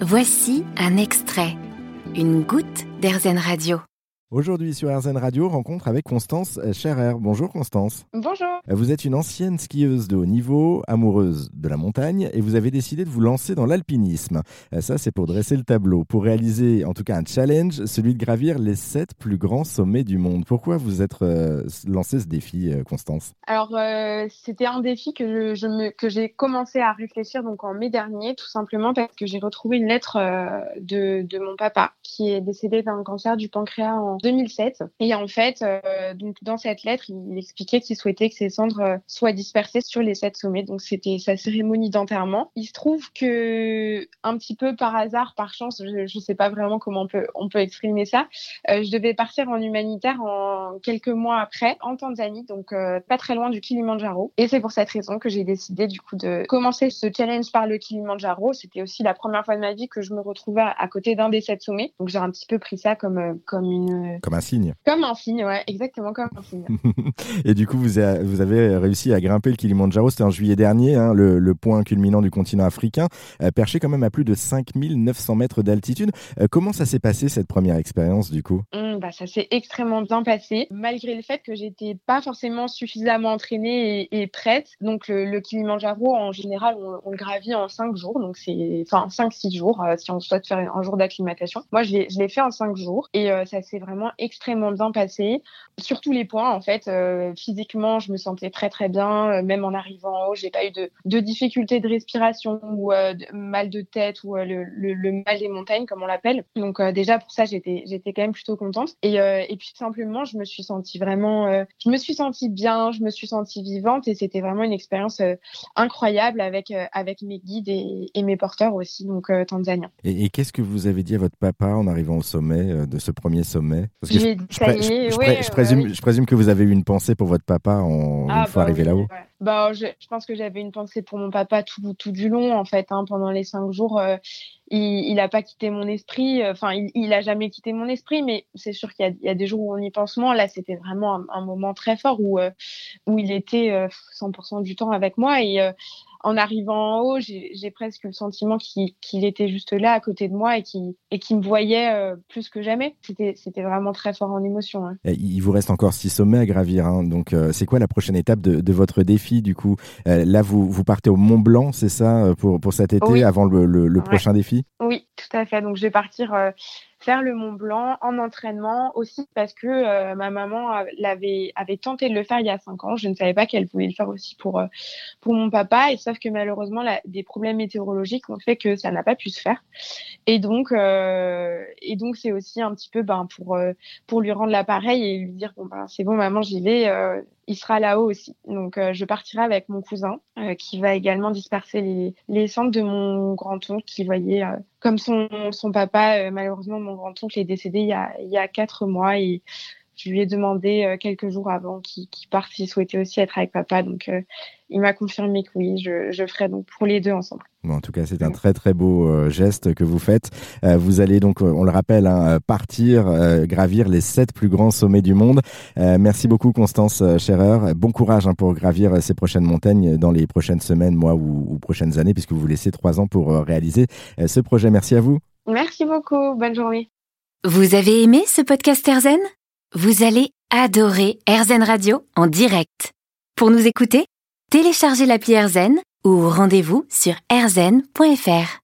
Voici un extrait, une goutte d'Airzen Radio. Aujourd'hui sur Airzen Radio, rencontre avec Constance Scherer. Bonjour Constance. Bonjour. Vous êtes une ancienne skieuse de haut niveau, amoureuse de la montagne, et vous avez décidé de vous lancer dans l'alpinisme. Ça, c'est pour dresser le tableau, pour réaliser en tout cas un challenge, celui de gravir les 7 plus grands sommets du monde. Pourquoi vous êtes lancé ce défi, Constance ? Alors, c'était un défi que j'ai commencé à réfléchir donc en mai dernier, tout simplement parce que j'ai retrouvé une lettre de mon papa qui est décédé d'un cancer du pancréas en 2007. Et en fait, donc dans cette lettre, il expliquait qu'il souhaitait que ses cendres soient dispersées sur les 7 sommets. Donc c'était sa cérémonie d'enterrement. Il se trouve que un petit peu par hasard, par chance, je sais pas vraiment comment on peut exprimer ça. Je devais partir en humanitaire en quelques mois après en Tanzanie, donc pas très loin du Kilimandjaro. Et c'est pour cette raison que j'ai décidé du coup de commencer ce challenge par le Kilimandjaro. C'était aussi la première fois de ma vie que je me retrouvais à côté d'un des 7 sommets. Donc j'ai un petit peu pris ça comme un signe. Comme un signe, ouais, exactement comme un signe. Et du coup, vous avez réussi à grimper le Kilimandjaro, c'était en juillet dernier, hein, le point culminant du continent africain, perché quand même à plus de 5900 mètres d'altitude. Comment ça s'est passé cette première expérience du coup ? Ça s'est extrêmement bien passé, malgré le fait que j'étais pas forcément suffisamment entraînée et prête. Donc le Kilimandjaro, en général, on le gravit en 5 jours, donc c'est 5-6 jours si on souhaite faire un jour d'acclimatation. Moi, je l'ai fait en 5 jours et ça s'est vraiment extrêmement bien passé. Sur tous les points, en fait, physiquement, je me sentais très très bien. Même en arrivant en haut, j'ai pas eu de difficultés de respiration ou de mal de tête ou le mal des montagnes, comme on l'appelle. Donc déjà pour ça, j'étais quand même plutôt contente. Et puis simplement, je me suis sentie vraiment, je me suis sentie bien, je me suis sentie vivante et c'était vraiment une expérience incroyable avec mes guides et mes porteurs aussi, donc tanzaniens. Et qu'est-ce que vous avez dit à votre papa en arrivant au sommet de ce premier sommet ? Parce que je présume que vous avez eu une pensée pour votre papa une fois arrivé là-haut. Ouais. Je pense que j'avais une pensée pour mon papa tout du long, en fait. Pendant les 5 jours, il a pas quitté mon esprit. Il a jamais quitté mon esprit, mais c'est sûr qu'il y a des jours où on y pense moins. Là, c'était vraiment un moment très fort où il était 100% du temps avec moi. Et en arrivant en haut, j'ai presque le sentiment qu'il était juste là à côté de moi et qu'il me voyait plus que jamais. C'était vraiment très fort en émotion. Hein. Il vous reste encore 6 sommets à gravir. Hein. Donc, c'est quoi la prochaine étape de votre défi du coup ? Là, vous partez au Mont Blanc, c'est ça, pour cet été, avant le prochain défi ? Oui, tout à fait. Donc, je vais partir faire le Mont Blanc en entraînement aussi parce que ma maman avait tenté de le faire il y a 5 ans. Je ne savais pas qu'elle pouvait le faire aussi pour mon papa. Et sauf que malheureusement, des problèmes météorologiques ont fait que ça n'a pas pu se faire. Et donc c'est aussi un petit peu pour lui rendre l'appareil et lui dire c'est bon maman, j'y vais. Il sera là-haut aussi. Donc, je partirai avec mon cousin qui va également disperser les cendres de mon grand-oncle qui voyait comme son papa. Malheureusement, mon grand-oncle est décédé il y a 4 mois et je lui ai demandé quelques jours avant qu'il parte s'il souhaitait aussi être avec papa. Donc, il m'a confirmé que oui, je ferai donc pour les deux ensemble. Bon, en tout cas, c'est un très très beau geste que vous faites. Vous allez donc, on le rappelle, partir gravir les 7 plus grands sommets du monde. Merci beaucoup Constance Scherer. Bon courage pour gravir ces prochaines montagnes dans les prochaines semaines, mois ou prochaines années, puisque vous vous laissez 3 ans pour réaliser ce projet. Merci à vous. Merci beaucoup. Bonne journée. Vous avez aimé ce podcast Airzen ? Vous allez adorer Airzen Radio en direct. Pour nous écouter, téléchargez l'appli Airzen ou rendez-vous sur airzen.fr.